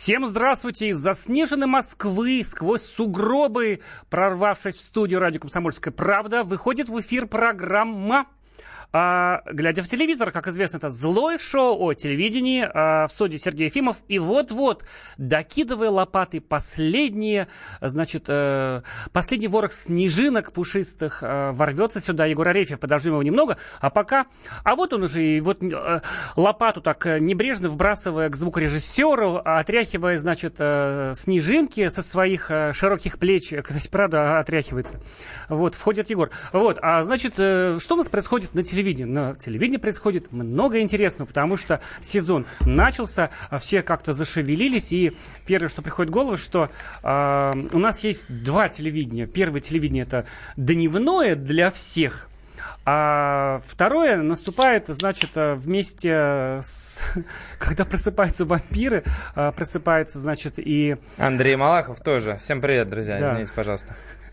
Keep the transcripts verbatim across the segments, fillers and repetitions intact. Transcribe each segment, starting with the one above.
Всем здравствуйте! Из заснеженной Москвы, сквозь сугробы, прорвавшись в студию радио «Комсомольская правда», выходит в эфир программа а, «Глядя в телевизор». Как известно, это злое шоу о телевидении. А, в студии Сергей Ефимов. И вот-вот, докидывая лопатой последние, значит, э, последний ворох снежинок пушистых э, ворвется сюда Егор Арефьев. Подождем его немного. А пока... А вот он уже, и вот э, лопату так небрежно вбрасывая к звукорежиссеру, отряхивая, значит, э, снежинки со своих э, широких плеч. Кстати, правда, отряхивается. Вот, входит Егор. Вот, а значит, э, что у нас происходит на телевидении? На телевидении происходит много интересного, потому что сезон начался, все как-то зашевелились, и первое, что приходит в голову, что э, у нас есть два телевидения. Первое телевидение — это дневное для всех, а второе наступает, значит, вместе с... Когда просыпаются вампиры, просыпается, значит, и... Андрей Малахов тоже. Всем привет, друзья. Да. Извините, пожалуйста.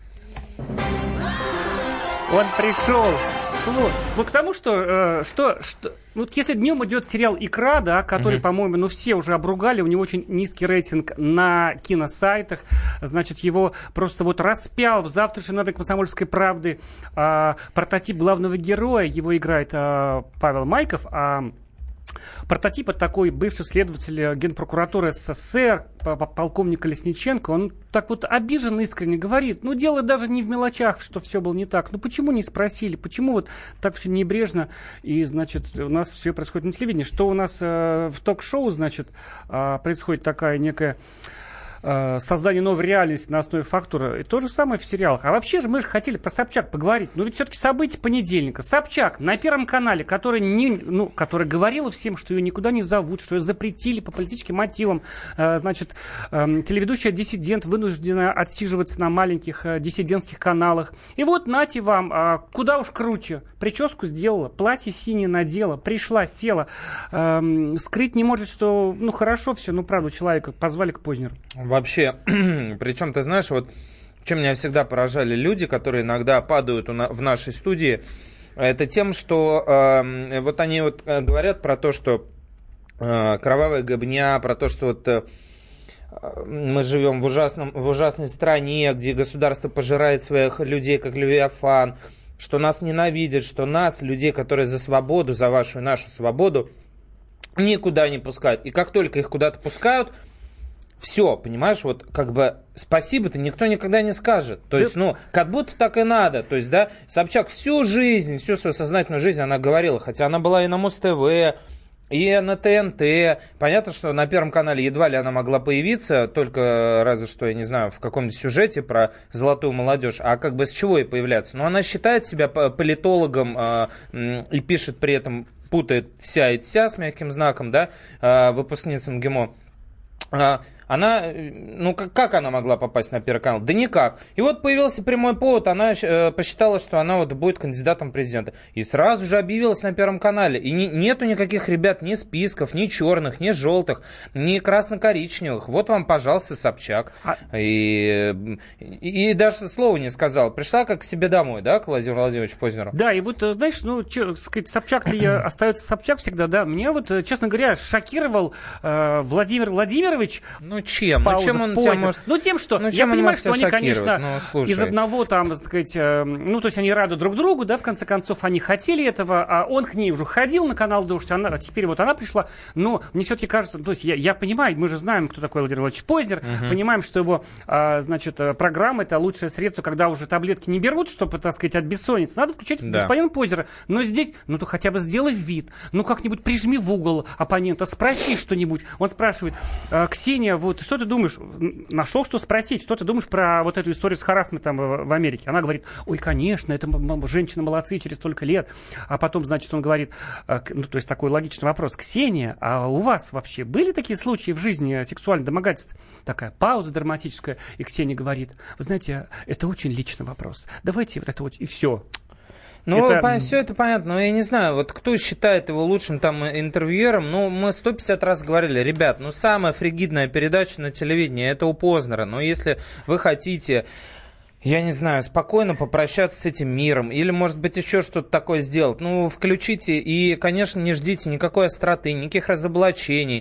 Он пришел. Вот. Вот к тому, что, что, что вот если днем идет сериал «Икра», да, который, mm-hmm. по-моему, ну все уже обругали, у него очень низкий рейтинг на киносайтах, значит, его просто вот распял в завтрашнем номере «Комсомольской правды» а, прототип главного героя, его играет а, Павел Майков, а прототип — это такой бывший следователь Генпрокуратуры СССР, полковник Колесниченко. Он так вот обиженно искренне говорит: ну, дело даже не в мелочах, что все было не так. Ну, почему не спросили? Почему вот так все небрежно? И, значит, у нас все происходит на телевидении. Что у нас э, в ток-шоу, значит, э, происходит такая некая... создание новой реальности на основе фактуры. И то же самое в сериалах. А вообще же мы же хотели про Собчак поговорить. Но ведь все-таки события понедельника. Собчак на Первом канале, который, не, ну, который говорила всем, что ее никуда не зовут, что ее запретили по политическим мотивам. Значит, телеведущая диссидент вынуждена отсиживаться на маленьких диссидентских каналах. И вот нате вам, куда уж круче. Прическу сделала, платье синее надела, пришла, села. Скрыть не может, что, ну, хорошо все, ну, правда, человека позвали к Познеру. Вообще, причем, ты знаешь, вот чем меня всегда поражали люди, которые иногда падают в нашей студии, это тем, что э, вот они вот говорят про то, что э, кровавая гобня, про то, что вот э, мы живем в, ужасном, в ужасной стране, где государство пожирает своих людей, как левиафан, что нас ненавидят, что нас, людей, которые за свободу, за вашу и нашу свободу, никуда не пускают. И как только их куда-то пускают, все, понимаешь, вот как бы спасибо-то никто никогда не скажет. То есть, ну, как будто так и надо. То есть, да, Собчак всю жизнь, всю свою сознательную жизнь она говорила, хотя она была и на Муз-ТВ, и на ТНТ. Понятно, что на Первом канале едва ли она могла появиться, только разве что, я не знаю, в каком-то сюжете про золотую молодежь. А как бы с чего ей появляться? Но она считает себя политологом э, и пишет при этом, путает ся и тся с мягким знаком, да, э, выпускница МГИМО. Она, ну как, как она могла попасть на Первый канал? Да никак. И вот появился прямой повод, она э, посчитала, что она вот будет кандидатом в президента. И сразу же объявилась на Первом канале. И не, нету никаких ребят, ни списков, ни черных, ни желтых, ни красно-коричневых. Вот вам, пожалуйста, Собчак. А... И, и, и даже слова не сказала. Пришла как к себе домой, да, к Владимиру Владимировичу Познеру? Да, и вот, знаешь, ну, что сказать, Собчак-то остается Собчак всегда, да. Меня вот, честно говоря, шокировал э, Владимир Владимирович. Ну чем? Пауза, ну чем он поза. тебя может... Ну тем, что ну, я понимаю, что они, конечно, ну, из одного там, так сказать, э, ну то есть они рады друг другу, да, в конце концов они хотели этого, а он к ней уже ходил на канал «Дождь», она, а теперь вот она пришла, но мне все-таки кажется, то есть я, я понимаю, мы же знаем, кто такой Владимир Владимирович Познер, uh-huh. понимаем, что его, э, значит, программа — это лучшее средство, когда уже таблетки не берут, чтобы, так сказать, от бессонницы, надо включать да. господина Познера, но здесь, ну то хотя бы сделай вид, ну как-нибудь прижми в угол оппонента, спроси что-нибудь. Он спрашивает: Ксения, вот что ты думаешь? Нашел, что спросить. Что ты думаешь про вот эту историю с харассментом в Америке? Она говорит: ой, конечно, это женщины молодцы через столько лет. А потом, значит, он говорит, ну, то есть такой логичный вопрос: Ксения, а у вас вообще были такие случаи в жизни сексуальных домогательств? Такая пауза драматическая, и Ксения говорит: вы знаете, это очень личный вопрос. Давайте вот это вот, и все. Ну, это... по- все это понятно, но я не знаю, вот кто считает его лучшим там интервьюером, ну, мы сто пятьдесят раз говорили, ребят, ну, самая фригидная передача на телевидении, это у Познера, но если вы хотите, я не знаю, спокойно попрощаться с этим миром, или, может быть, еще что-то такое сделать, ну, включите, и, конечно, не ждите никакой остроты, никаких разоблачений.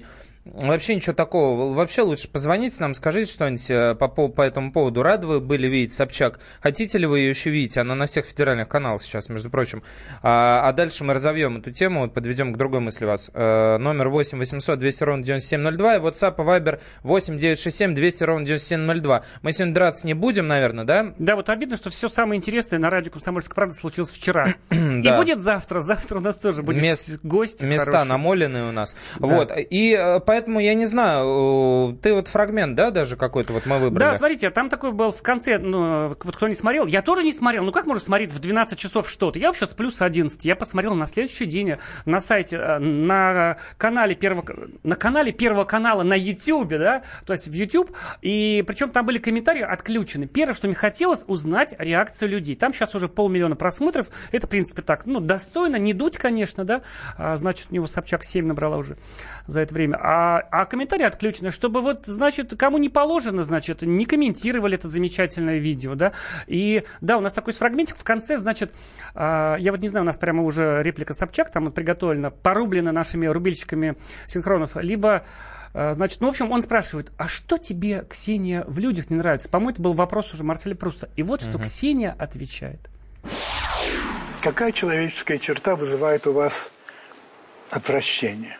Вообще ничего такого. Вообще лучше позвоните нам, скажите что-нибудь по, по этому поводу. Рады вы были видеть Собчак? Хотите ли вы ее еще видеть? Она на всех федеральных каналах сейчас, между прочим. А, а дальше мы разовьем эту тему, подведем к другой мысли вас. А, номер восемь восемьсот двести ровно девяносто семь ноль два и WhatsApp и Viber восемь девятьсот шестьдесят семь двести ровно девяносто семь ноль два. Мы сегодня драться не будем, наверное, да? Да, вот обидно, что все самое интересное на радио «Комсомольская правда» случилось вчера. И будет завтра. Завтра у нас тоже будет гость. Места намоленные у нас. Вот. И поэтому я не знаю, ты вот фрагмент, да, даже какой-то вот мы выбрали? Да, смотрите, там такой был в конце, ну, вот кто не смотрел, я тоже не смотрел, ну как можно смотреть в двенадцать часов что-то? Я вообще сплю с одиннадцати, я посмотрел на следующий день на сайте, на канале первого, на канале Первого канала на YouTube, да, то есть в YouTube, и причем там были комментарии отключены. Первое, что мне хотелось, узнать реакцию людей. Там сейчас уже полмиллиона просмотров, это, в принципе, так, ну, достойно, не дуть, конечно, да, а, значит, у него Собчак семь набрала уже за это время, а, а комментарии отключены, чтобы вот, значит, кому не положено, значит, не комментировали это замечательное видео, да, и, да, у нас такой фрагментик в конце, значит, а, я вот не знаю, у нас прямо уже реплика Собчак там вот приготовлена, порублена нашими рубильщиками синхронов, либо, а, значит, ну, в общем, он спрашивает, а что тебе, Ксения, в людях не нравится? По-моему, это был вопрос уже Марселя Пруста, и вот что uh-huh. Ксения отвечает. Какая человеческая черта вызывает у вас отвращение?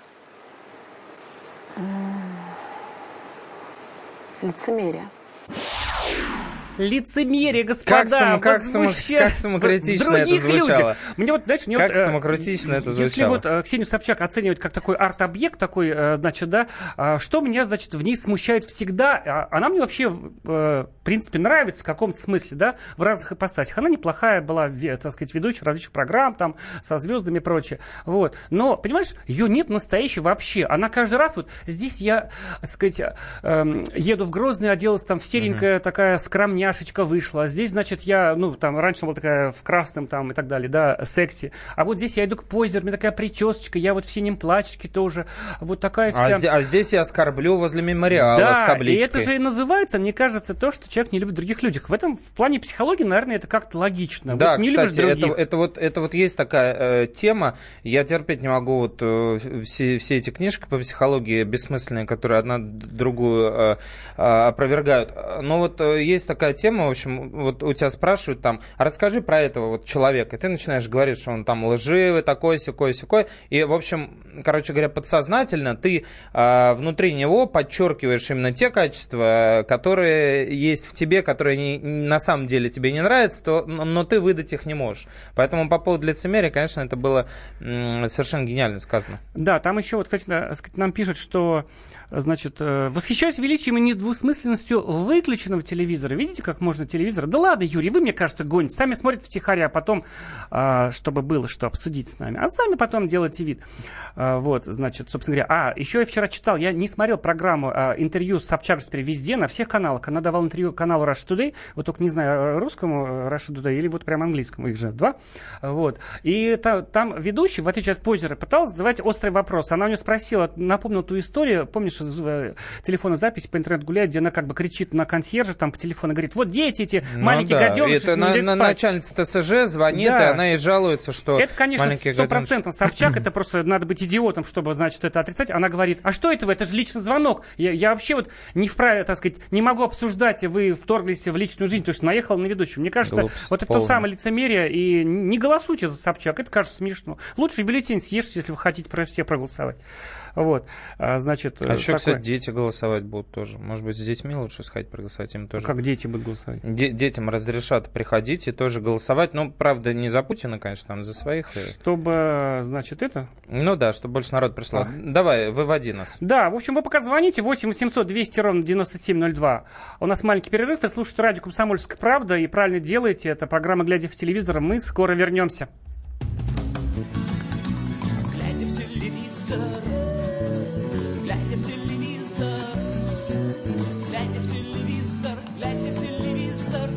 Лицемерие. Лицемерие, господа, как, само, как, само, как самокритично это звучало. Людях. Мне вот, знаешь, мне как вот, самокритично э, это звучало. Если вот э, Ксению Собчак оценивать как такой арт-объект, такой, э, значит, да, э, что меня, значит, в ней смущает всегда, она мне вообще, э, в принципе, нравится в каком-то смысле, да, в разных ипостасях. Она неплохая была, так сказать, ведущая различных программ, там, со звездами и прочее. Вот. Но, понимаешь, ее нет настоящей вообще. Она каждый раз, вот, здесь я, так сказать, э, еду в Грозный, оделась там в серенькая uh-huh. такая скромняшечка вышла, а здесь, значит, я, ну, там, раньше была такая в красном, там, и так далее, да, секси, а вот здесь я иду к Позер, у меня такая причесочка, я вот в синем платьичке тоже, вот такая вся... А, здесь, а здесь я скорблю возле мемориала да, с табличкой. И это же и называется, мне кажется, то, что человек не любит других людей. В этом, в плане психологии, наверное, это как-то логично. Да, вот не кстати, любишь других. Это, это, вот, это вот есть такая э, тема, я терпеть не могу вот э, все, все эти книжки по психологии бессмысленные, которые одна другую э, э, опровергают. Но вот э, есть такая тема, в общем, вот у тебя спрашивают там, а расскажи про этого вот человека, и ты начинаешь говорить, что он там лживый, такой, сякой, сякой, и, в общем, короче говоря, подсознательно ты э, внутри него подчеркиваешь именно те качества, которые есть в тебе, которые не, на самом деле тебе не нравятся, то, но ты выдать их не можешь. Поэтому по поводу лицемерия, конечно, это было м, совершенно гениально сказано. Да, там еще, вот, кстати, нам пишут, что, значит, восхищаюсь величием и недвусмысленностью выключенного телевизора. Видите, как можно телевизор? Да ладно, Юрий, вы, мне кажется, гоните. Сами смотрят втихаря, а потом, а, чтобы было что обсудить с нами. А сами потом делайте вид. А, вот, значит, собственно говоря. А, еще я вчера читал, я не смотрел программу а, интервью с Собчак теперь везде, на всех каналах. Она давала интервью каналу Russia Today, вот только не знаю, русскому Russia Today или вот прям английскому, их же два. Вот. И та, там ведущий, в отличие от Позера, пытался задавать острый вопрос. Она у нее спросила, напомнила ту историю, помнишь, из э, телефона запись по интернету гуляет, где она как бы кричит на консьержа там по телефону, говорит, вот дети эти, ну, маленькие да. гаденыши. Это на, на начальница ТСЖ звонит, да. и она ей жалуется, что это, конечно, стопроцентно Собчак, это просто надо быть идиотом, чтобы, значит, это отрицать. Она говорит, а что это вы, это же личный звонок. Я, я вообще вот не вправе, так сказать, не могу обсуждать, вы вторглись в личную жизнь, то есть наехал на ведущего. Мне кажется, глупость вот это полная. То самое лицемерие, и не голосуйте за Собчак, это кажется смешно. Лучше бюллетень съешьте, если вы хотите про все проголосовать. Вот, а, значит... А еще, такое... кстати, дети голосовать будут тоже. Может быть, с детьми лучше сходить проголосовать, им тоже... Как дети будут голосовать? Де- детям разрешат приходить и тоже голосовать. Ну, правда, не за Путина, конечно, там за своих. Чтобы, значит, это... Ну да, чтобы больше народ пришло. А. Давай, выводи нас. Да, в общем, вы пока звоните восемь восемьсот двести ровно девяносто семь ноль два. У нас маленький перерыв, и слушайте радио «Комсомольская правда», и правильно делаете. Это программа «Глядя в телевизор». Мы скоро вернемся. Глядя в телевизор, глядя в телевизор, глядя в телевизор, глядя в телевизор.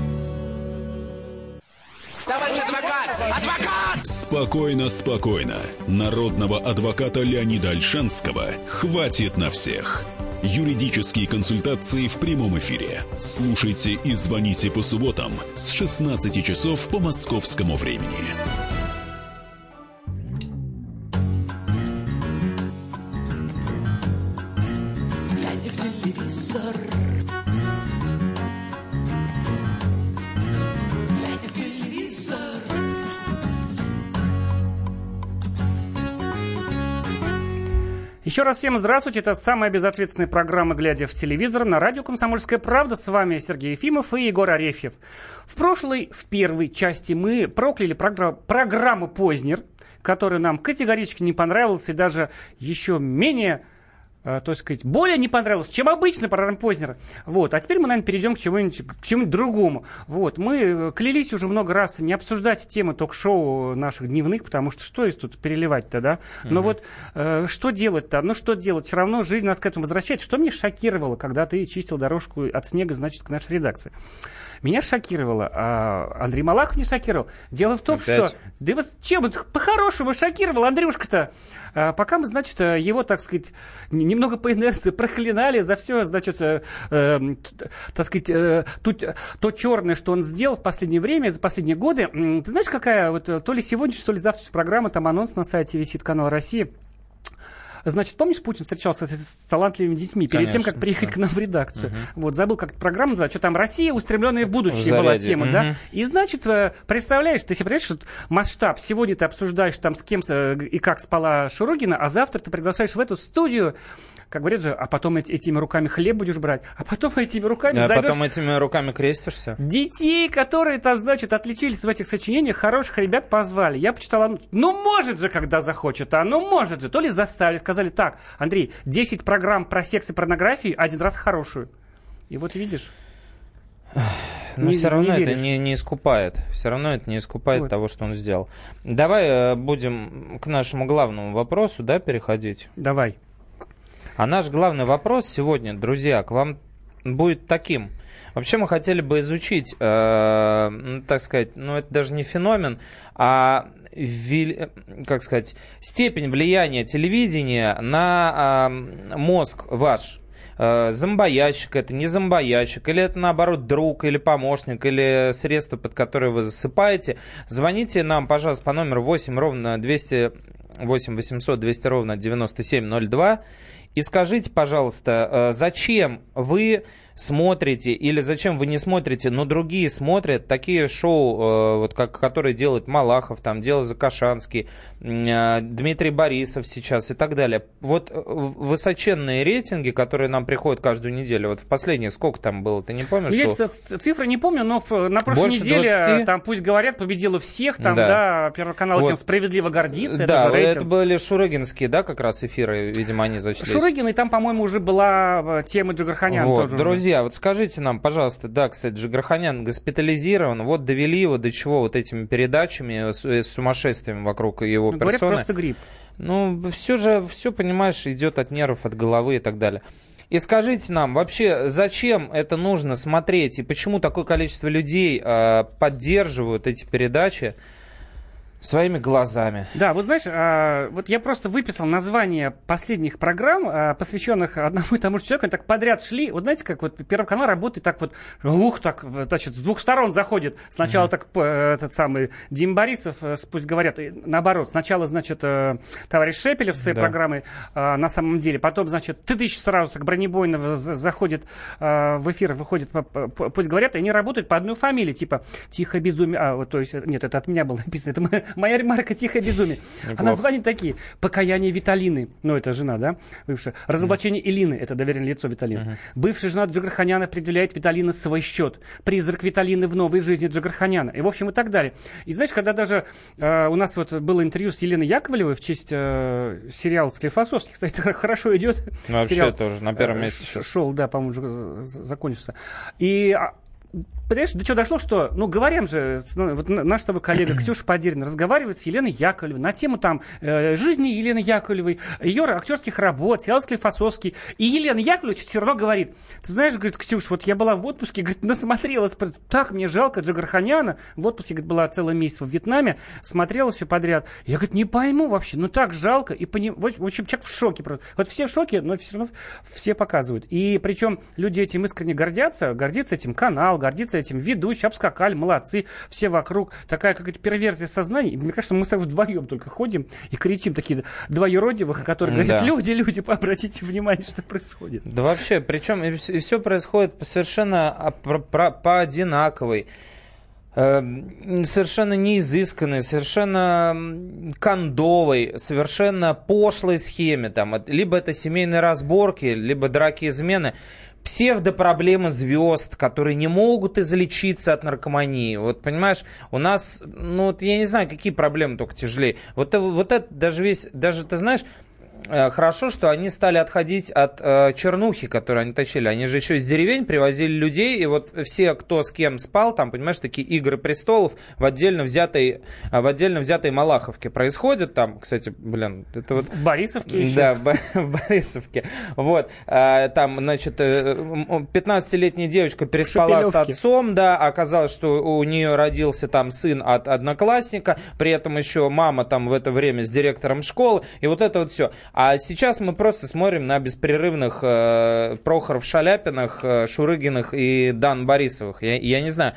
Товарищ адвокат! Адвокат! Спокойно, спокойно. Народного адвоката Леонида Ольшанского хватит на всех. Юридические консультации в прямом эфире. Слушайте и звоните по субботам с шестнадцати часов по московскому времени. телевизор. Глядя в телевизор. Еще раз всем здравствуйте. Это самая безответственная программа «Глядя в телевизор» на радио «Комсомольская правда». С вами Сергей Ефимов и Егор Арефьев. В прошлой, в первой части мы прокляли програ- программу «Познер», которая нам категорически не понравилась и даже еще менее... так сказать, более не понравилось, чем обычно программа Познера. Вот. А теперь мы, наверное, перейдем к чему-нибудь, к чему-нибудь другому. Вот. Мы клялись уже много раз не обсуждать темы ток-шоу наших дневных, потому что что из тут переливать-то, да? Но mm-hmm. вот э, что делать-то? Ну, что делать? Все равно жизнь нас к этому возвращает. Что меня шокировало, когда ты чистил дорожку от снега, значит, к нашей редакции? Меня шокировало, а Андрей Малахов не шокировал. Дело в том, Опять? что... Да вот чем это по-хорошему шокировал Андрюшка-то? А, пока мы, значит, его, так сказать, немного по инерции проклинали за все, значит, э, э, так сказать, э, тут, то черное, что он сделал в последнее время, за последние годы. Ты знаешь, какая вот то ли сегодняшняя, то ли завтрашняя программа, там анонс на сайте висит, канал «Россия». Значит, помнишь, Путин встречался с, с талантливыми детьми перед Конечно, тем, как приехать да. к нам в редакцию? Uh-huh. Вот, забыл, как эта программа называется. Что там, «Россия, устремленная в будущее» в была тема, uh-huh. да? И, значит, представляешь, ты себе представляешь, что масштаб. Сегодня ты обсуждаешь там, с кем и как спала Шурыгина, а завтра ты приглашаешь в эту студию, как говорят же, а потом эти, этими руками хлеб будешь брать, а потом этими руками а зовешь... потом этими руками крестишься. Детей, которые там, значит, отличились в этих сочинениях, хороших ребят позвали. Я почитала, ну, может же, когда захочет, а ну, может же. То ли заставили, сказали, так, Андрей, десять программ про секс и порнографию, один раз хорошую. И вот видишь... Но не, все равно не это не, не искупает. Все равно это не искупает вот. того, что он сделал. Давай э, будем к нашему главному вопросу, да, переходить? Давай. А наш главный вопрос сегодня, друзья, к вам будет таким. Вообще мы хотели бы изучить, э, ну, так сказать, ну это даже не феномен, а вили, как сказать, степень влияния телевидения на э, мозг ваш. Э, зомбоящик это, не зомбоящик, или это наоборот друг, или помощник, или средство, под которое вы засыпаете. Звоните нам, пожалуйста, по номеру восемь ровно двести восемь восемьсот двести ровно девяносто семь ноль два. И скажите, пожалуйста, зачем вы смотрите или зачем вы не смотрите, но другие смотрят такие шоу, вот как, которые делает Малахов, там, делает Закашанский, Дмитрий Борисов сейчас и так далее. Вот высоченные рейтинги, которые нам приходят каждую неделю, вот в последних сколько там было, ты не помнишь? Я цифры не помню, но в, на прошлой Больше неделе двадцати там, пусть говорят, победила всех, там, да, да Первый канал вот. Этим справедливо гордится. Да, это, же это были шурыгинские, да, как раз эфиры, видимо, они зачлись. Шурыгин, и там, по-моему, уже была тема Джигарханян вот, тоже. Друзья, вот скажите нам, пожалуйста, да, кстати, Джигарханян госпитализирован, вот довели его до чего вот этими передачами, с, с сумасшествием вокруг его ну, персоны. Говорят, просто грипп. Ну, все же, все, понимаешь, идет от нервов, от головы и так далее. И скажите нам, вообще, зачем это нужно смотреть, и почему такое количество людей э, поддерживают эти передачи своими глазами. Да, вот знаешь, а, вот я просто выписал название последних программ, а, посвященных одному и тому же человеку, они так подряд шли. Вот знаете, как вот Первый канал работает так вот, ух, так, значит, с двух сторон заходит. Сначала mm-hmm. так этот самый Дим Борисов, пусть говорят, наоборот. Сначала, значит, товарищ Шепелев с своей да. программой а, на самом деле. Потом, значит, ты тысяч сразу так бронебойно заходит а, в эфир, выходит, пусть говорят, и они работают по одной фамилии, типа Тихо безумие. А, вот, то есть, нет, это от меня было написано, это мы моя ремарка «Тихое безумие». Неплохо. А название такие: «Покаяние Виталины». Ну, это жена, да? Бывшая. «Разоблачение mm. Илины». Это доверенное лицо Виталины. Uh-huh. Бывшая жена Джигарханяна предъявляет Виталина свой счет. Призрак Виталины в новой жизни Джигарханяна. И, в общем, и так далее. И знаешь, когда даже э, у нас вот было интервью с Еленой Яковлевой в честь э, сериала Склифосовский, кстати, хорошо идет. Ну, вообще сериал, тоже на первом месте. Ш- шел, да, по-моему, уже закончился. И... Понимаешь, до чего дошло, что, ну, говорим же, ну, вот наш с тобой коллега Ксюша Подерина разговаривает с Еленой Яковлевой на тему там э, жизни Елены Яковлевой, ее актерских работ, сериал Склифосовский. И Елена Яковлевич все равно говорит: ты знаешь, говорит, Ксюш, вот я была в отпуске, говорит, насмотрелась, так мне жалко Джигарханяна, в отпуске, говорит, была целый месяц в Вьетнаме, смотрела все подряд. Я, говорит, не пойму вообще, ну так жалко, и поним... в общем, человек в шоке просто. Вот все в шоке, но все равно все показывают. И причем люди этим искренне гордятся, гордится этим канал, гордится этим. Ведущие обскакали, молодцы, все вокруг. Такая какая-то перверзия сознания. И мне кажется, мы с тобой вдвоем только ходим и кричим, такие два юродивых, которые говорят, да. люди, люди, обратите внимание, что происходит. Да вообще, причем и все происходит совершенно по одинаковой, совершенно неизысканной, совершенно кондовой, совершенно пошлой схеме. Там, либо это семейные разборки, либо драки, измены. Псевдопроблемы звезд, которые не могут излечиться от наркомании. Вот, понимаешь, у нас, ну, вот я не знаю, какие проблемы только тяжелее. Вот, вот это даже весь, даже, ты знаешь, хорошо, что они стали отходить от э, чернухи, которую они точили. Они же еще из деревень привозили людей, и вот все, кто с кем спал, там, понимаешь, такие игры престолов в отдельно взятой, в отдельно взятой Малаховке происходят. Там, кстати, блин, это вот... В Борисовке еще. Да, в, в Борисовке. Вот, э, там, значит, пятнадцатилетняя девочка переспала с отцом, да, оказалось, что у нее родился там сын от одноклассника, при этом еще мама там в это время с директором школы, и вот это вот все. А сейчас мы просто смотрим на беспрерывных э, Прохоров Шаляпиных, э, Шурыгиных и Дан Борисовых. Я, я не знаю.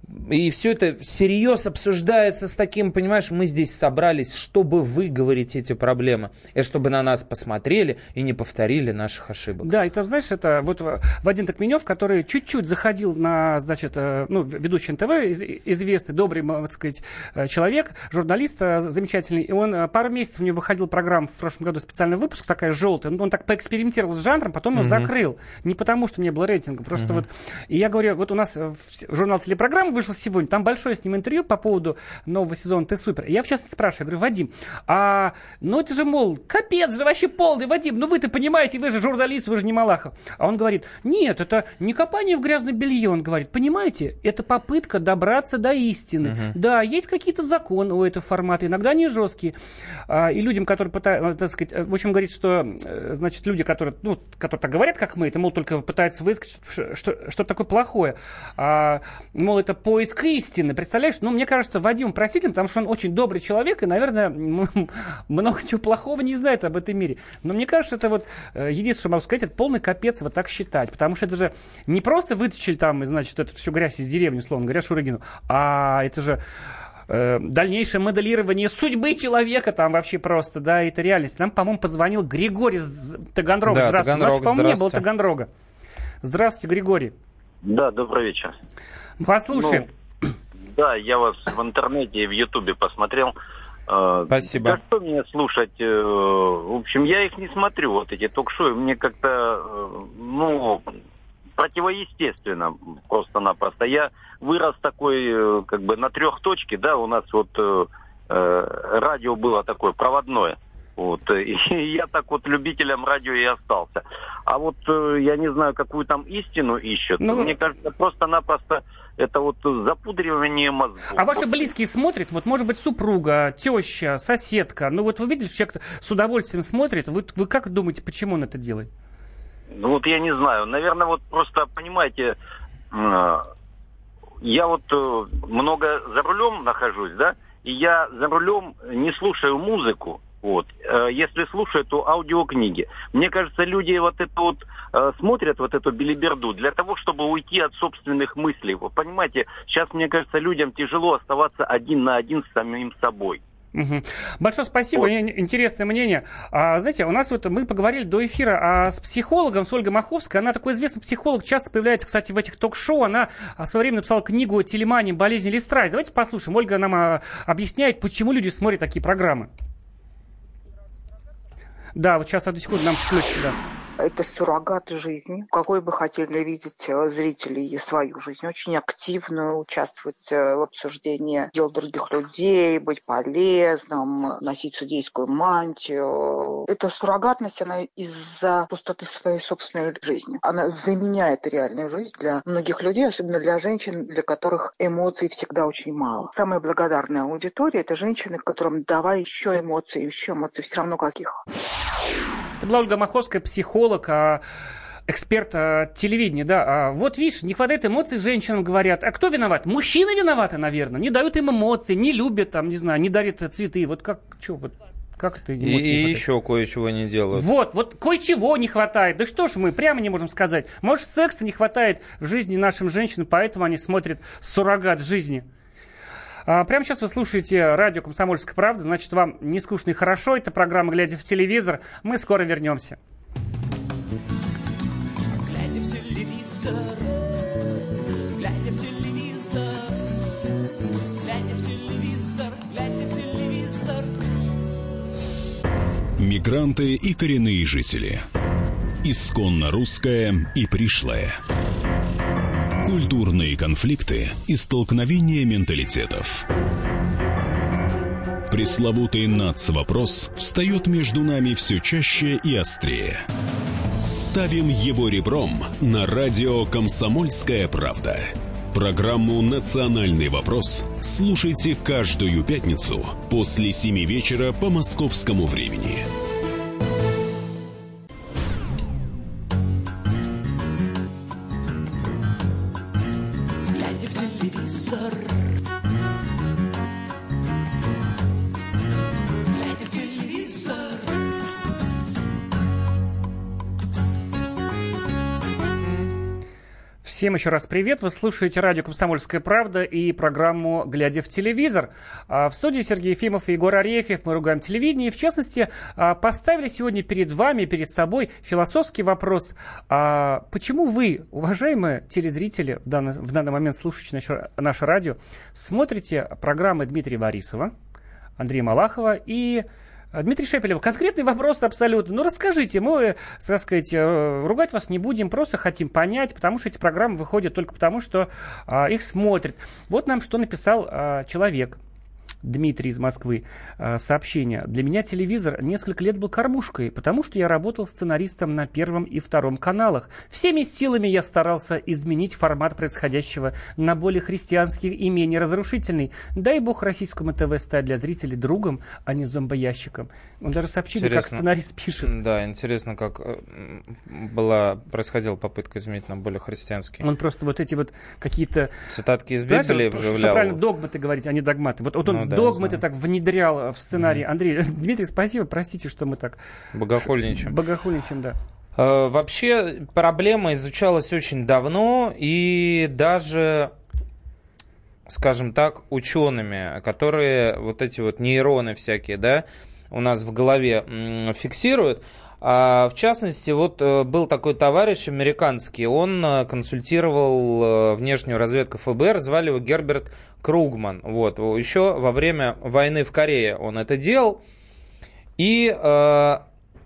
И все это всерьез обсуждается с таким, понимаешь, мы здесь собрались, чтобы выговорить эти проблемы. И чтобы на нас посмотрели и не повторили наших ошибок. Да, и там, знаешь, это вот Вадим Токменев, который чуть-чуть заходил на, значит, ну, ведущий эн тэ вэ, известный, добрый, так сказать, человек, журналист замечательный. И он пару месяцев у него выходил программа в прошлом году, специальный выпуск, такая желтая. Он так поэкспериментировал с жанром, потом его mm-hmm. закрыл. Не потому, что не было рейтинга, просто mm-hmm. вот... И я говорю, вот у нас журнал «Телепрограмма» вышел сегодня, там большое с ним интервью по поводу нового сезона «Ты супер». И я в частности спрашиваю, я говорю, Вадим, а, ну это же, мол, капец же вообще полный, Вадим, ну вы-то понимаете, вы же журналист, вы же не Малахов. А он говорит, нет, это не копание в грязное белье, он говорит, понимаете, это попытка добраться до истины. Uh-huh. Да, есть какие-то законы у этого формата, иногда они жесткие. А, и людям, которые пытаются, так сказать, в общем, говорит, что, значит, люди, которые, ну, которые так говорят, как мы, это, мол, только пытаются высказать, что, что, что такое плохое. А, мол, это поиск истины. Представляешь? Ну, мне кажется, Вадим простительным, потому что он очень добрый человек и, наверное, много чего плохого не знает об этом мире. Но мне кажется, это вот единственное, что могу сказать, это полный капец вот так считать. Потому что это же не просто вытащили там, значит, эту всю грязь из деревни, условно говоря, Шурыгину, а это же э, дальнейшее моделирование судьбы человека там вообще просто, да, это реальность. Нам, по-моему, позвонил Григорий из Таганрога. Да, здравствуйте. Таганрог, У нас, по-моему, не было Таганрога. Здравствуйте, Григорий. Да, добрый вечер. Вас слушаем. Ну, да, я вас в интернете и в Ютубе посмотрел. Спасибо. Да что мне слушать? В общем, я их не смотрю, вот эти ток-шоу. Мне как-то, ну, противоестественно просто-напросто. Я вырос такой, как бы, на трехточке, да, у нас вот э, радио было такое проводное. Вот, и я так вот любителем радио и остался. А вот э, я не знаю, какую там истину ищут. Ну, мне кажется, просто-напросто это вот запудривание мозгов. А ваши близкие смотрят? Вот, может быть, супруга, теща, соседка. Ну, вот вы видели, что человек с удовольствием смотрит. Вы, вы как думаете, почему он это делает? Ну, вот я не знаю. Наверное, вот просто, понимаете, э, я вот э, много за рулем нахожусь, да, и я за рулем не слушаю музыку. Вот. Если слушают, то аудиокниги. Мне кажется, люди вот это вот э, смотрят вот эту белиберду для того, чтобы уйти от собственных мыслей. Вы понимаете, сейчас, мне кажется, людям тяжело оставаться один на один с самим собой. Угу. Большое спасибо, вот. Интересное мнение. А, знаете, у нас вот мы поговорили до эфира а, с психологом, с Ольгой Маховской. Она такой известный психолог, часто появляется, кстати, в этих ток-шоу. Она в свое время написала книгу «Телемания. Болезнь или страсть». Давайте послушаем. Ольга нам а, объясняет, почему люди смотрят такие программы. Да, вот сейчас, одну секунду, нам включат, да. Это суррогат жизни. Какой бы хотели видеть зрители свою жизнь? Очень активно участвовать в обсуждении дел других людей, быть полезным, носить судейскую мантию. Эта суррогатность, она из-за пустоты своей собственной жизни. Она заменяет реальную жизнь для многих людей, особенно для женщин, для которых эмоций всегда очень мало. Самая благодарная аудитория – это женщины, которым давай еще эмоций, еще эмоций, все равно каких. Это была Ольга Маховская, психолог, эксперт телевидения, да. Вот видишь, не хватает эмоций, женщинам говорят. А кто виноват? Мужчины виноваты, наверное. Не дают им эмоций, не любят, там, не знаю, не дарят цветы. Вот как, что, вот, Как это эмоции И, не и хватает? еще кое-чего не делают. Вот, вот кое-чего не хватает. Да что ж мы прямо не можем сказать. Может, секса не хватает в жизни нашим женщинам, поэтому они смотрят суррогат жизни. А, прямо сейчас вы слушаете радио «Комсомольская правда», значит, вам не скучно и хорошо. Это программа «Глядя в телевизор». Мы скоро вернемся. Глядя в телевизор, глядя в телевизор, глядя в телевизор, глядя в телевизор. Мигранты и коренные жители. Исконно русское и пришлое. Культурные конфликты и столкновения менталитетов. Пресловутый нацвопрос встает между нами все чаще и острее. Ставим его ребром на радио «Комсомольская правда». Программу «Национальный вопрос» слушайте каждую пятницу после семи вечера по московскому времени. Глядя в телевизор, глядя в телевизор. Всем еще раз привет. Вы слушаете радио «Комсомольская правда» и программу «Глядя в телевизор». А в студии Сергей Ефимов и Егор Арефьев. Мы ругаем телевидение. И, в частности, поставили сегодня перед вами, перед собой философский вопрос. А почему вы, уважаемые телезрители, в данный, в данный момент слушающие наше, наше радио, смотрите программы Дмитрия Борисова, Андрея Малахова и Дмитрий Шепелев? Конкретный вопрос абсолютно. Ну, расскажите, мы, так сказать, ругать вас не будем, просто хотим понять, потому что эти программы выходят только потому, что а, их смотрят. Вот нам что написал а, человек. Дмитрий из Москвы. Сообщение. Для меня телевизор несколько лет был кормушкой, потому что я работал сценаристом на Первом и Втором каналах. Всеми силами я старался изменить формат происходящего на более христианский и менее разрушительный. Дай бог российскому ТВ стать для зрителей другом, а не зомбоящиком. Он даже сообщили, как сценарист пишет. Да, интересно, как была, происходила попытка изменить на более христианский. Он просто вот эти вот какие-то... Цитатки из Библии вживлял. Что правильно, догматы говорить, а не догматы. Вот, вот он Ну, да, догматы так внедрял в сценарий. Mm-hmm. Андрей, Дмитрий, спасибо, простите, что мы так... Богохульничаем. Богохульничаем, да. Э, вообще, проблема изучалась очень давно, и даже, скажем так, учеными, которые вот эти вот нейроны всякие, да, у нас в голове м, фиксируют. А, в частности, вот был такой товарищ американский, он консультировал внешнюю разведку ФБР, звали его Герберт Кругман. Вот, еще во время войны в Корее он это делал. И, э,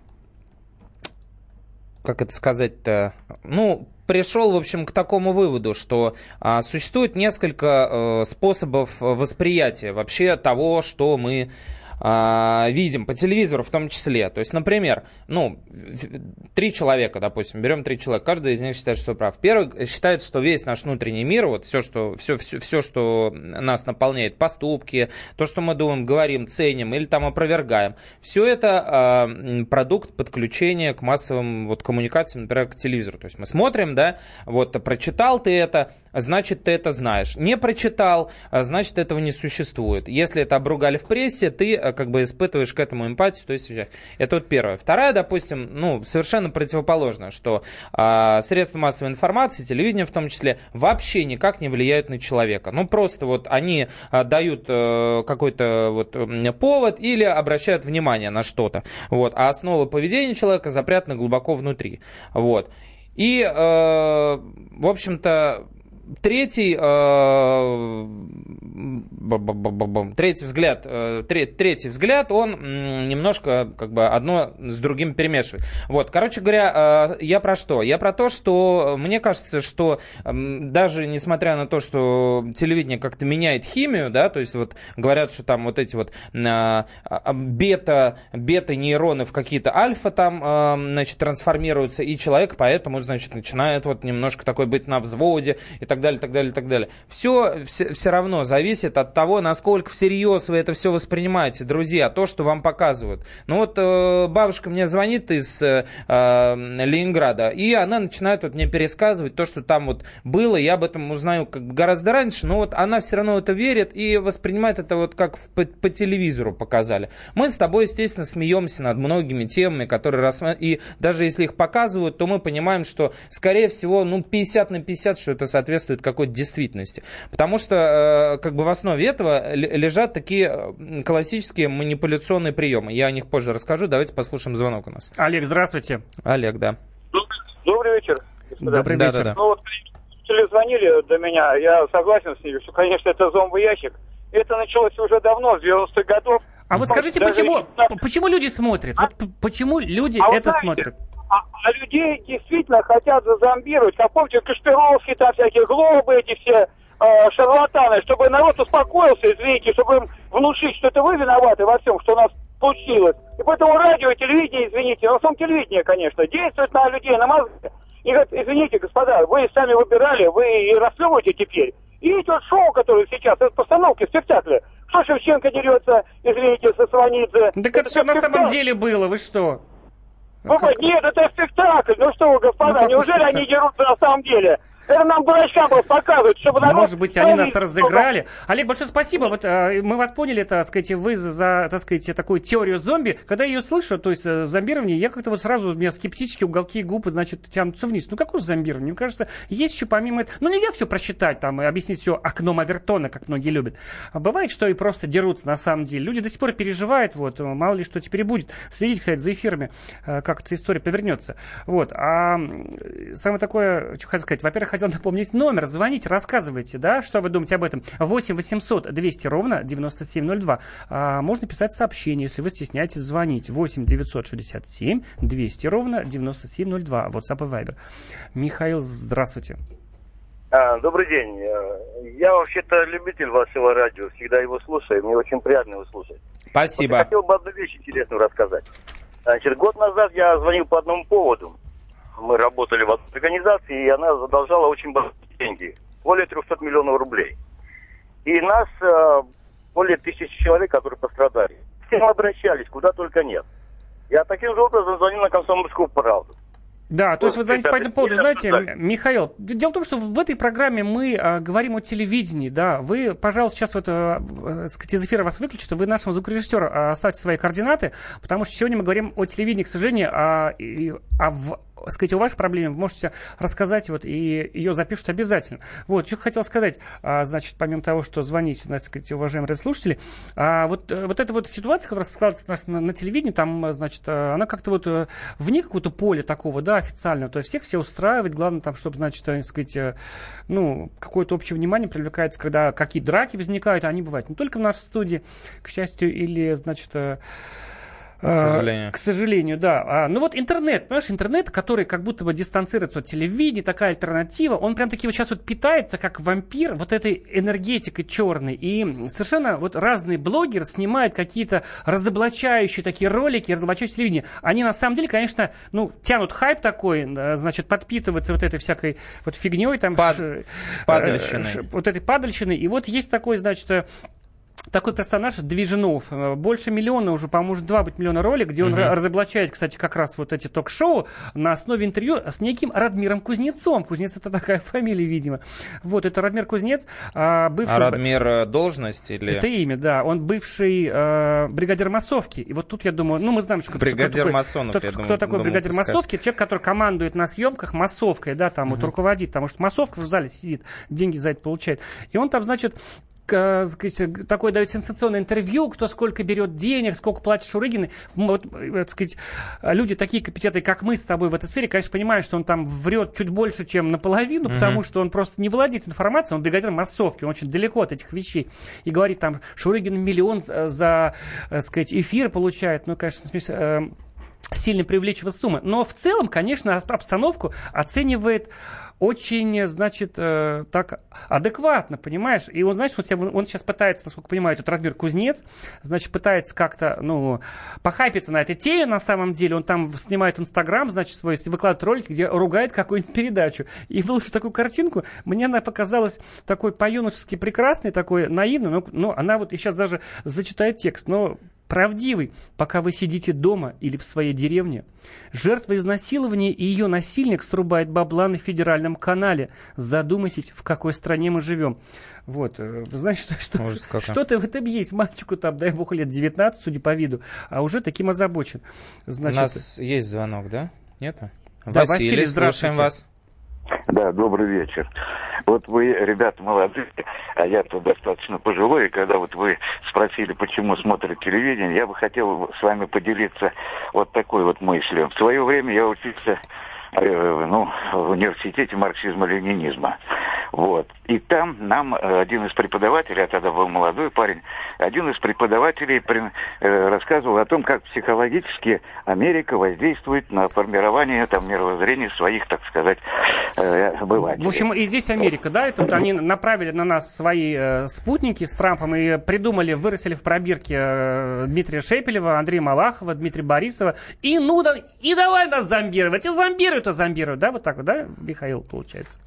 как это сказать-то, ну, пришел, в общем, к такому выводу, что а, существует несколько а, способов восприятия вообще того, что мы а, видим по телевизору в том числе. То есть, например, ну, три человека, допустим, берем три человека, каждый из них считает, что прав. Первый считает, что весь наш внутренний мир, вот все, что, все, все, все, что нас наполняет, поступки, то, что мы думаем, говорим, ценим или там опровергаем, все это а, продукт подключения к массовым вот, коммуникациям, например, к телевизору. То есть мы смотрим, да, вот прочитал ты это, значит, ты это знаешь. Не прочитал, значит, этого не существует. Если это обругали в прессе, ты как бы испытываешь к этому эмпатию. То есть, это вот первое. Вторая, допустим, ну, совершенно противоположное, что а, средства массовой информации, телевидение в том числе, вообще никак не влияют на человека. Ну, просто вот они а, дают а, какой-то вот повод или обращают внимание на что-то. Вот. А основы поведения человека запрятаны глубоко внутри. Вот. И, э, в общем-то, третий, э, третий взгляд, э, третий взгляд, он немножко как бы одно с другим перемешивает. Вот, короче говоря, э, я про что? Я про то, что мне кажется, что э, даже несмотря на то, что телевидение как-то меняет химию, да, то есть вот говорят, что там вот эти вот э, бета, бета-нейроны в какие-то альфа там, э, значит, трансформируются, и человек поэтому, значит, начинает вот немножко такой быть на взводе и так так далее, так далее, так далее. Все, все, все равно зависит от того, насколько всерьез вы это все воспринимаете, друзья, то, что вам показывают. Ну вот э, бабушка мне звонит из э, Ленинграда, и она начинает вот мне пересказывать то, что там вот было, я об этом узнаю как бы гораздо раньше, но вот она все равно в это верит и воспринимает это вот как по, по телевизору показали. Мы с тобой, естественно, смеемся над многими темами, которые рассматривают, и даже если их показывают, то мы понимаем, что, скорее всего, ну, пятьдесят на пятьдесят, что это соответствует какой-то действительности. Потому что, э, как бы в основе этого лежат такие классические манипуляционные приемы. Я о них позже расскажу. Давайте послушаем звонок у нас. Олег, здравствуйте. Олег, да. Добрый вечер. Господа. Добрый да, вечер. Да, да. Ну вот, звонили до меня, я согласен с ними, что, конечно, это зомбовый ящик. Это началось уже давно, с девяностых годов. А вот скажите, Даже почему, если- почему люди смотрят? А? Вот п- почему люди А вы это знаете, смотрят? А, а людей действительно хотят зазомбировать. Как помните, Кашпировский, там всякие глобы, эти все э, шарлатаны, чтобы народ успокоился, извините, чтобы им внушить, что это вы виноваты во всем, что у нас случилось. И поэтому радио, телевидение, извините, но сам телевидение, конечно, действует на людей, на мозги. И говорят, извините, господа, вы сами выбирали, вы и расследуете теперь. И эти вот шоу, которые сейчас, это постановки, спектакли. Что Шевченко дерется, извините, со Сванидзе. Так это что на спектакль. самом деле было? Вы что? Ну, Как- нет, это спектакль. Ну что вы, господа, Ну, какой неужели спектакль? они дерутся на самом деле? Это нам дурачкам было показывать, чтобы народ... Может быть, они нас правильно- разыграли. Олег, большое спасибо. Вот э, мы вас поняли, так сказать, вы за, за, так сказать, такую теорию зомби. Когда я ее слышу, то есть э, зомбирование, я как-то вот сразу, у меня скептически уголки губ, значит, тянутся вниз. Ну, какое зомбирование? Мне кажется, есть еще помимо этого... Ну, нельзя все просчитать там и объяснить все окном Авертона, как многие любят. А бывает, что и просто дерутся на самом деле. Люди до сих пор переживают, вот, мало ли что теперь и будет. Следите, кстати, за эфирами, э, как эта история повернется. Вот. А м, самое такое, что хотел сказать, во-первых, хотел напомнить номер. Звоните, рассказывайте, да, что вы думаете об этом. восемь восемьсот двести ровно девяносто семь ноль два. А можно писать сообщение, если вы стесняетесь звонить. восемь девятьсот шестьдесят семь двести ровно девяносто семь ноль два. WhatsApp и Viber. Михаил, здравствуйте. А, добрый день. Я вообще-то любитель вашего радио, всегда его слушаю, мне очень приятно его слушать. Спасибо. Вот я хотел бы одну вещь интересную рассказать. Значит, год назад я звонил по одному поводу. Мы работали в одной организации, и она задолжала очень большие деньги. Более триста миллионов рублей. И нас э, более тысячи человек, которые пострадали. Все мы обращались, куда только нет. Я таким же образом звонил на «Комсомольскую правду». Да, то есть вы звоните по этому поводу. Знаете, Да. Михаил, дело в том, что в этой программе мы а, говорим о телевидении, да. Вы, пожалуйста, сейчас вот, а, сказать, из эфира вас выключат, вы нашему звукорежиссеру а, оставьте свои координаты, потому что сегодня мы говорим о телевидении, к сожалению, а, и, а в сказать, о вашей проблеме вы можете рассказать, вот, и ее запишут обязательно. Вот, что хотел сказать, а, значит, помимо того, что звоните, значит, сказать, уважаемые радиослушатели, а, вот, вот эта вот ситуация, которая складывается у нас на, на телевидении, там, значит, она как-то вот вне какого-то поля такого, да, официального, то есть всех все устраивает, главное там, чтобы, значит, так сказать, ну, какое-то общее внимание привлекается, когда какие драки возникают, а они бывают не только в нашей студии, к счастью, или, значит, К сожалению. К сожалению, да. А, ну вот интернет, понимаешь, интернет, который как будто бы дистанцируется от телевидения, такая альтернатива, он прям таки вот сейчас вот питается, как вампир, вот этой энергетикой черной. И совершенно вот разные блогеры снимают какие-то разоблачающие такие ролики, разоблачающие телевидение. Они на самом деле, конечно, ну, тянут хайп такой, значит, подпитываются вот этой всякой вот фигней там. Пад... ш... Падальщиной. Ш... Вот этой падальщиной. И вот есть такой, значит, такой персонаж Движенов. Больше миллиона уже, по-моему, уже два быть миллиона ролик, где он uh-huh. разоблачает, кстати, как раз вот эти ток-шоу на основе интервью с неким Радмиром Кузнецом. Кузнец — это такая фамилия, видимо. Вот, это Радмир Кузнец, бывший... А Радмир должность или... Это имя, да. Он бывший э, бригадир массовки. И вот тут я думаю, ну, мы знаем, что... Бригадир кто, масонов, кто, я кто, думаю. Кто такой думаю, бригадир массовки? Человек, который командует на съемках массовкой, да, там, uh-huh. вот руководит. Потому что массовка в зале сидит, деньги за это получает. И он там, значит... такое дает сенсационное интервью, кто сколько берет денег, сколько платит Шурыгины. Вот, так сказать, люди такие компетентные, как мы с тобой в этой сфере, конечно, понимают, что он там врет чуть больше, чем наполовину, mm-hmm. потому что он просто не владеет информацией, он бригадир массовки, он очень далеко от этих вещей. И говорит там, Шурыгин миллион за, так сказать, эфир получает. Ну, конечно, смеш... сильно преувеличивая суммы. Но в целом, конечно, обстановку оценивает очень, значит, э, так адекватно, понимаешь? И он, знаешь, он, себя, он сейчас пытается, насколько понимаю, этот Радмир Кузнец, значит, пытается как-то, ну, похайпиться на этой теме, на самом деле. Он там снимает Инстаграм, значит, свой, выкладывает ролик, где ругает какую-нибудь передачу. И выложил такую картинку, мне она показалась такой по-юношески прекрасной, такой наивной, но, но она вот, и сейчас даже зачитает текст, но правдивый. Пока вы сидите дома или в своей деревне, жертва изнасилования и ее насильник срубает бабла на федеральном канале. Задумайтесь, в какой стране мы живем. Вот, вы знаете, что, что, что-то в этом есть. Мальчику там, дай бог, лет девятнадцать, судя по виду, а уже таким озабочен. Значит, у нас есть звонок, да? Нету? Да, Василий, Василий, слушаем вас. Да, добрый вечер. Вот вы, ребята, молодые, а я-то достаточно пожилой, и когда вот вы спросили, почему смотрят телевидение, я бы хотел с вами поделиться вот такой вот мыслью. В свое время я учился э, ну, в университете марксизма-ленинизма. Вот. И там нам один из преподавателей, я тогда был молодой парень, один из преподавателей при, э, рассказывал о том, как психологически Америка воздействует на формирование там мировоззрения своих, так сказать, э, обывателей. В общем, и здесь Америка, да, это вот они направили на нас свои э, спутники с Трампом и придумали, вырастили в пробирке э, Дмитрия Шепелева, Андрея Малахова, Дмитрия Борисова, и ну да, и давай нас зомбировать, и зомбируют, и зомбируют, да, вот так вот, да, Михаил, получается?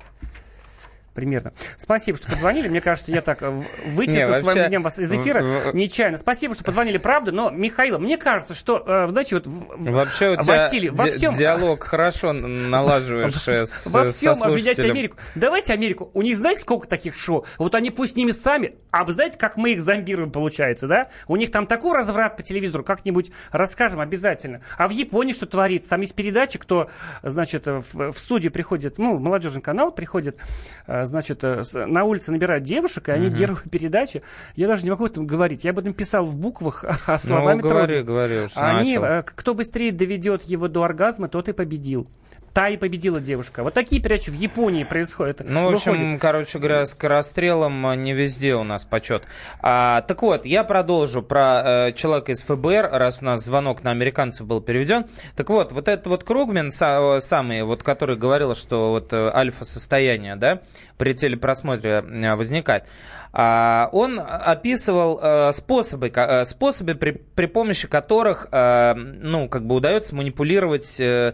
Примерно. Спасибо, что позвонили. Мне кажется, я так вытеснил своим днем вас из эфира нечаянно. Спасибо, что позвонили, правда. Но, Михаил, мне кажется, что, знаете, вот вообще у тебя Василий, во всем... диалог хорошо налаживаешь с во всем обвинять Америку. Давайте Америку. У них, знаете, сколько таких шоу? Вот они пусть с ними сами, а вы знаете, как мы их зомбируем, получается, да? У них там такой разврат по телевизору, как-нибудь расскажем обязательно. А в Японии что творится? Там есть передачи, кто, значит, в, в студию приходит, ну, в молодежный канал приходит, значит, на улице набирают девушек, и они uh-huh. делают передачи. Я даже не могу об этом говорить. Я об этом писал в буквах, а словами ну, говори, говори, уж они, начал. Кто быстрее доведет его до оргазма, тот и победил. Та и победила девушка. Вот такие передачи в Японии происходят. Ну, в общем, выходит. Короче говоря, скорострелом не везде у нас почет. А, так вот, я продолжу про э, человека из эф бэ эр, раз у нас звонок на американцев был переведен. Так вот, вот этот вот Кругман, са, самый, вот, который говорил, что вот альфа-состояние, да, при телепросмотре возникает, а, он описывал а, способы, а, способы при, при помощи которых, а, ну, как бы удается манипулировать... А,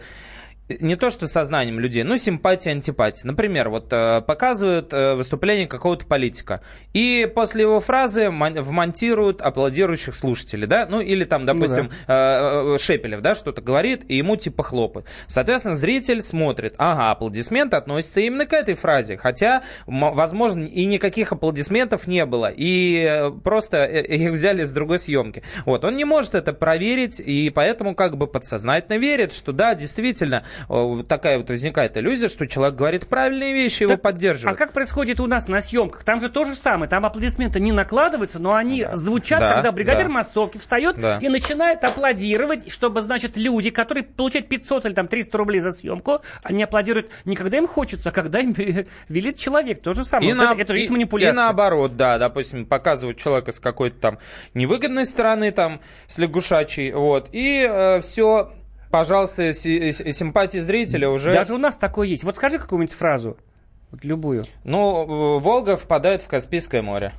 не то что сознанием людей, но симпатия, антипатия. Например, вот э, показывают э, выступление какого-то политика, и после его фразы мон- вмонтируют аплодирующих слушателей, да, ну или там, допустим, ну, да. э, Шепелев, да, что-то говорит, и ему типа хлопают. Соответственно, зритель смотрит, ага, аплодисменты относятся именно к этой фразе, хотя, м- возможно, и никаких аплодисментов не было, и э, просто э- их взяли с другой съемки. Вот, он не может это проверить, и поэтому как бы подсознательно верит, что да, действительно, такая вот возникает иллюзия, что человек говорит правильные вещи, так, его поддерживают. А как происходит у нас на съемках? Там же то же самое. Там аплодисменты не накладываются, но они да. звучат, да, когда бригадир да. массовки встает да. и начинает аплодировать, чтобы, значит, люди, которые получают пятьсот или там триста рублей за съемку, они аплодируют не когда им хочется, а когда им велит человек. То же самое. И вот на, это, это же и, есть манипуляция. И наоборот, да, допустим, показывают человека с какой-то там невыгодной стороны, там, с лягушачьей, вот, и э, все... Пожалуйста, симпатии зрителя уже... Даже у нас такое есть. Вот скажи какую-нибудь фразу. Вот любую. Ну, Волга впадает в Каспийское море.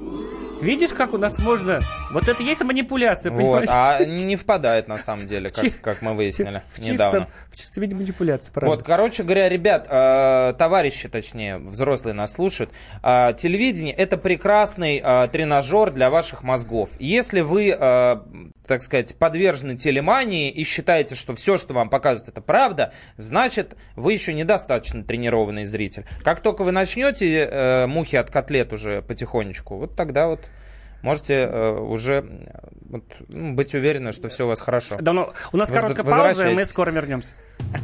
Видишь, как у нас можно... Вот это есть манипуляция, вот, а не впадает, на самом деле, как, как мы выяснили в недавно. В чистом виде манипуляции, правда. Вот, короче говоря, ребят, э, товарищи, точнее, взрослые нас слушают, э, телевидение — это прекрасный э, тренажер для ваших мозгов. Если вы, э, так сказать, подвержены телемании и считаете, что все, что вам показывают, это правда, значит, вы еще недостаточно тренированный зритель. Как только вы начнете э, мухи от котлет уже потихонечку, вот тогда вот можете э, уже вот, ну, быть уверены, что все у вас хорошо. Да, ну, у нас Воз- короткая пауза, и мы скоро вернемся.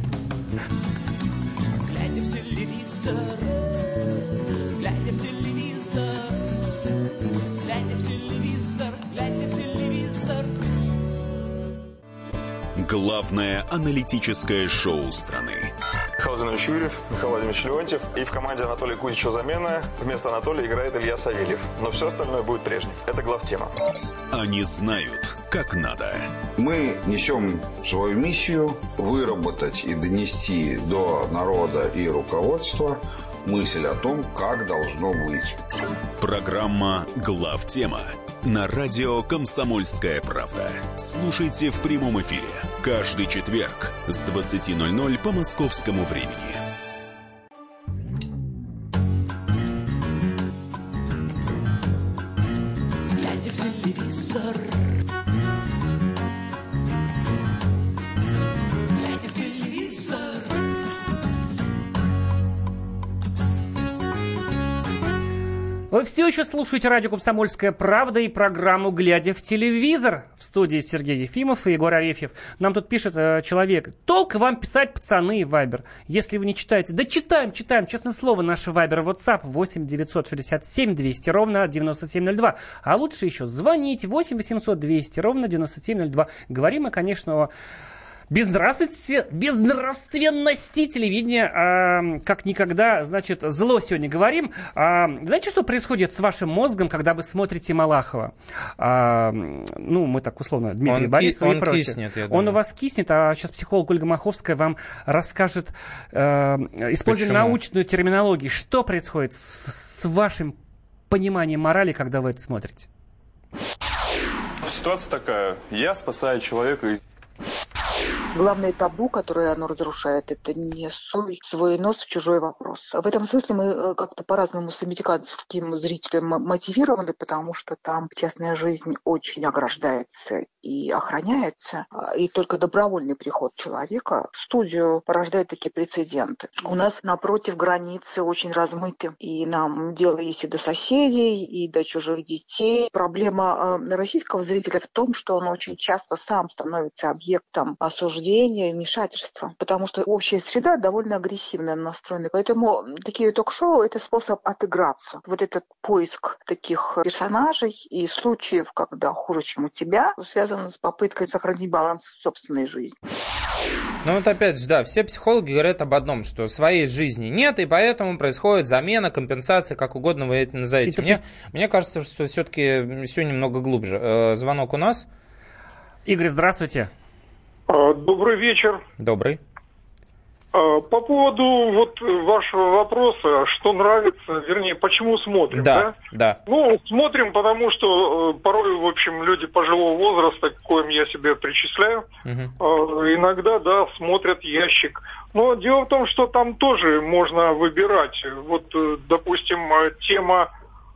Глядя в телевизор, глядя в телевизор, глядя в телевизор, глядя в телевизор. Главное аналитическое шоу страны. Владимирович Юрьев, Михаил Владимирович Леонтьев. И в команде Анатолия Кузичева замена. Вместо Анатолия играет Илья Савельев. Но все остальное будет прежним. Это главтема. Они знают, как надо. Мы несем свою миссию выработать и донести до народа и руководства мысль о том, как должно быть. Программа «Главтема» на радио «Комсомольская правда». Слушайте в прямом эфире каждый четверг с двадцати ноль-ноль по московскому времени. Глядя в телевизор, глядя в телевизор. Вы все еще слушаете радио «Комсомольская правда» и программу «Глядя в телевизор». В студии Сергей Ефимов и Егор Арефьев. Нам тут пишет э, человек. Толк вам писать, пацаны, и вайбер. Если вы не читаете. Да читаем, читаем. Честное слово, наш вайбер, WhatsApp восемь девятьсот шестьдесят семь двести ровно девяносто семь ноль два. А лучше еще звоните восемь восемьсот двести ровно девяносто семь ноль два. Говорим мы, конечно, о безнравственности, безнравственности телевидения, а, как никогда, значит, зло сегодня говорим. А, знаете, что происходит с вашим мозгом, когда вы смотрите Малахова? А, ну, мы так условно, Дмитрий он Борисов ки- и прочее. Киснет, я он у вас киснет, а сейчас психолог Ольга Маховская вам расскажет, э, используя Почему? научную терминологию, что происходит с, с вашим пониманием морали, когда вы это смотрите. Ситуация такая. Я спасаю человека из... Главное табу, которое оно разрушает, это не суй свой нос в чужой вопрос. В этом смысле мы как-то по-разному с американским зрителем мотивированы, потому что там частная жизнь очень ограждается и охраняется, и только добровольный приход человека в студию порождает такие прецеденты. У нас напротив границы очень размыты, и нам дело есть и до соседей, и до чужих детей. Проблема российского зрителя в том, что он очень часто сам становится объектом осуждения, вмешательства, потому что общая среда довольно агрессивно настроена. Поэтому такие ток-шоу – это способ отыграться. Вот этот поиск таких персонажей и случаев, когда хуже, чем у тебя, связан с попыткой сохранить баланс в собственной жизни. Ну вот опять же, да, все психологи говорят об одном, что своей жизни нет, и поэтому происходит замена, компенсация, как угодно вы это назовете. Мне, мне кажется, что все-таки все немного глубже. Э, звонок у нас. Игорь, здравствуйте. Добрый вечер. Добрый. По поводу вот вашего вопроса, что нравится, вернее, почему смотрим, да? Да, да. Ну, смотрим, потому что порой, в общем, люди пожилого возраста, к коим я себя причисляю, угу. иногда, да, смотрят ящик. Но дело в том, что там тоже можно выбирать. Вот, допустим, тема,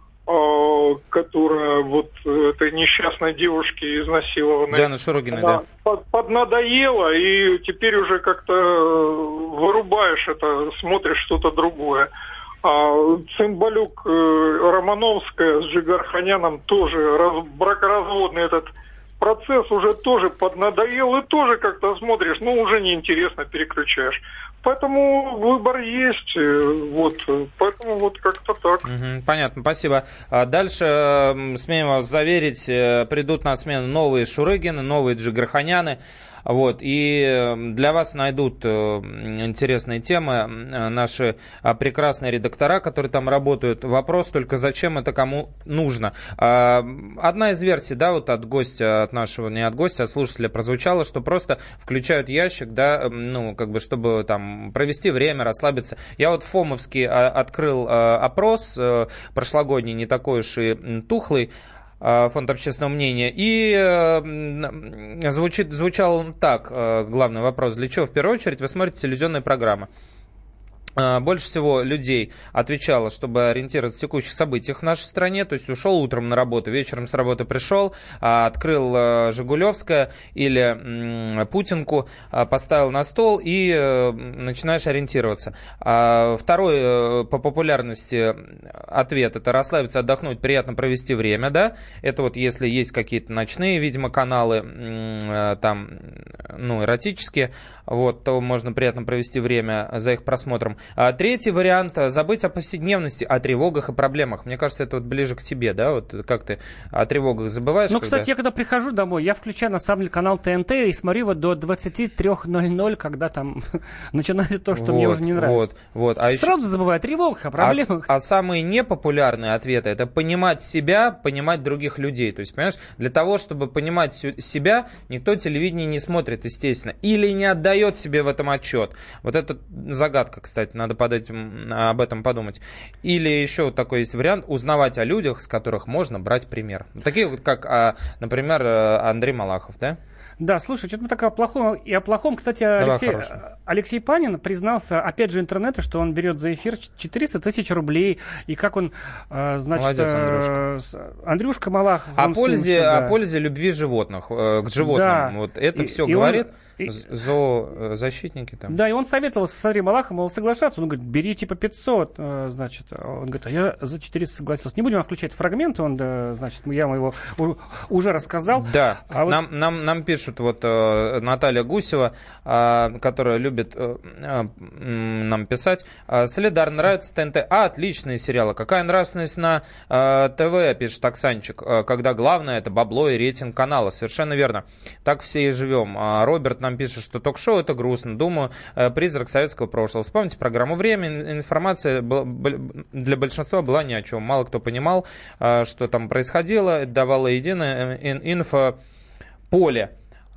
которая вот этой несчастной девушки изнасилованной. Диана Шурыгина, да. Под, поднадоела, и теперь уже как-то вырубаешь это, смотришь что-то другое. А Цымбалюк, Романовская с Джигарханяном тоже раз, бракоразводный этот процесс уже тоже поднадоел, и тоже как-то смотришь, ну уже неинтересно, переключаешь. Поэтому выбор есть, вот, поэтому вот как-то так. Угу, понятно, спасибо. А дальше, смею вас заверить, придут на смену новые Шурыгины, новые Джигарханяны. Вот, и для вас найдут интересные темы наши прекрасные редактора, которые там работают. Вопрос только, зачем это кому нужно. Одна из версий, да, вот от гостя, от нашего, не от гостя, а слушателя прозвучала, что просто включают ящик, да, ну, как бы, чтобы там провести время, расслабиться. Я вот в Фомовске открыл опрос прошлогодний, не такой уж и тухлый, Фонд общественного мнения. И э, звучит, звучал так, э, главный вопрос. Для чего в первую очередь вы смотрите телевизионные программы? Больше всего людей отвечало, чтобы ориентироваться в текущих событиях в нашей стране. То есть ушел утром на работу, вечером с работы пришел, открыл Жигулевское или Путинку, поставил на стол и начинаешь ориентироваться. Второй по популярности ответ – это расслабиться, отдохнуть, приятно провести время. Да? Это вот если есть какие-то ночные, видимо, каналы, там, ну, эротические, вот, то можно приятно провести время за их просмотром. А третий вариант – забыть о повседневности, о тревогах и проблемах. Мне кажется, это вот ближе к тебе, да? Вот как ты о тревогах забываешь? Ну, когда... кстати, я когда прихожу домой, я включаю, на самом деле, канал ТНТ и смотрю вот до двадцать три ноль ноль, когда там начинается то, что вот, мне уже не нравится. Вот, вот. А Сразу еще... забываю о тревогах, о проблемах. А, а самые непопулярные ответы – это понимать себя, понимать других людей. То есть, понимаешь, для того, чтобы понимать себя, никто телевидение не смотрит, естественно. Или не отдает себе в этом отчет. Вот это загадка, кстати, надо под этим, об этом подумать. Или еще вот такой есть вариант – узнавать о людях, с которых можно брать пример. Такие вот, как, например, Андрей Малахов, да? Да, слушай, что-то мы так о плохом и о плохом. Кстати, Алексей, Алексей Панин признался, опять же, интернету, что он берет за эфир четыреста тысяч рублей, и как он, значит... Молодец, Андрюшка. Андрюшка Малахов. О пользе, о пользе любви животных, к животным. Да. Вот это и, все и говорит... Он... И... Зоозащитники там. Да, и он советовал с Андреем Малаховым, мол, соглашаться. Он говорит, бери типа пятьсот, значит. Он говорит, а я за четыреста согласился. Не будем включать фрагмент, он, да, значит, я ему его уже рассказал. Да, а нам, вот... нам, нам пишут вот Наталья Гусева, которая любит нам писать. Солидар, нравится ТНТ. А, отличные сериалы. Какая нравственность на ТВ, пишет Оксанчик, когда главное это бабло и рейтинг канала. Совершенно верно. Так все и живем. Роберт нам пишет, что ток-шоу это грустно. Думаю, призрак советского прошлого. Вспомните программу «Время». Информация для большинства была ни о чем. Мало кто понимал, что там происходило. Это давало единое инфополе.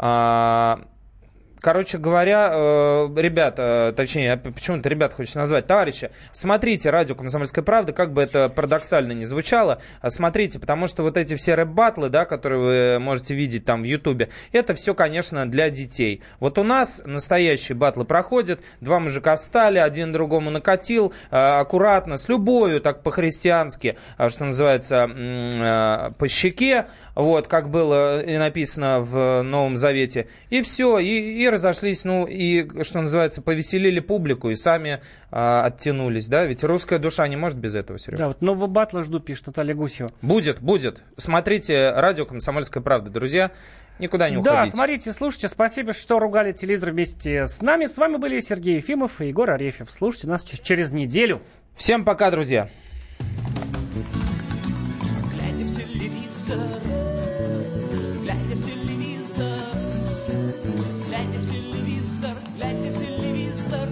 Короче говоря, ребята, точнее, почему-то ребят хочется назвать, товарищи, смотрите радио «Комсомольская правда», как бы это парадоксально ни звучало, смотрите, потому что вот эти все рэп-баттлы, да, которые вы можете видеть там в Ютубе, это все, конечно, для детей. Вот у нас настоящие баттлы проходят, два мужика встали, один другому накатил, аккуратно, с любовью, так по-христиански, что называется, по щеке, вот, как было и написано в Новом Завете, и все, и, и разошлись, ну, и, что называется, повеселили публику, и сами а, оттянулись, да, ведь русская душа не может без этого, Серега. Да, вот нового батла жду, пишет Наталья Гусева. Будет, будет. Смотрите радио «Комсомольская правда», друзья. Никуда не уходите. Да, смотрите, слушайте. Спасибо, что ругали телевизор вместе с нами. С вами были Сергей Ефимов и Егор Арефьев. Слушайте нас через неделю. Всем пока, друзья. Глядя в телевизор, глядя в телевизор, глядя в телевизор, глядя в телевизор.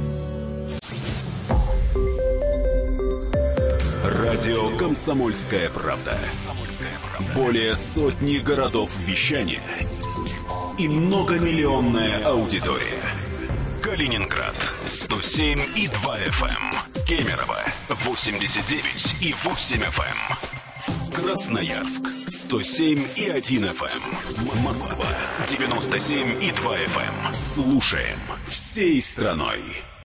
Радио «Комсомольская правда». Более сотни городов вещания и многомиллионная аудитория. Калининград сто семь и два эф эм, Кемерово восемьдесят девять и восемь эф эм, Красноярск сто семь и один эф эм, Москва девяносто семь и два эф эм. Слушаем всей страной.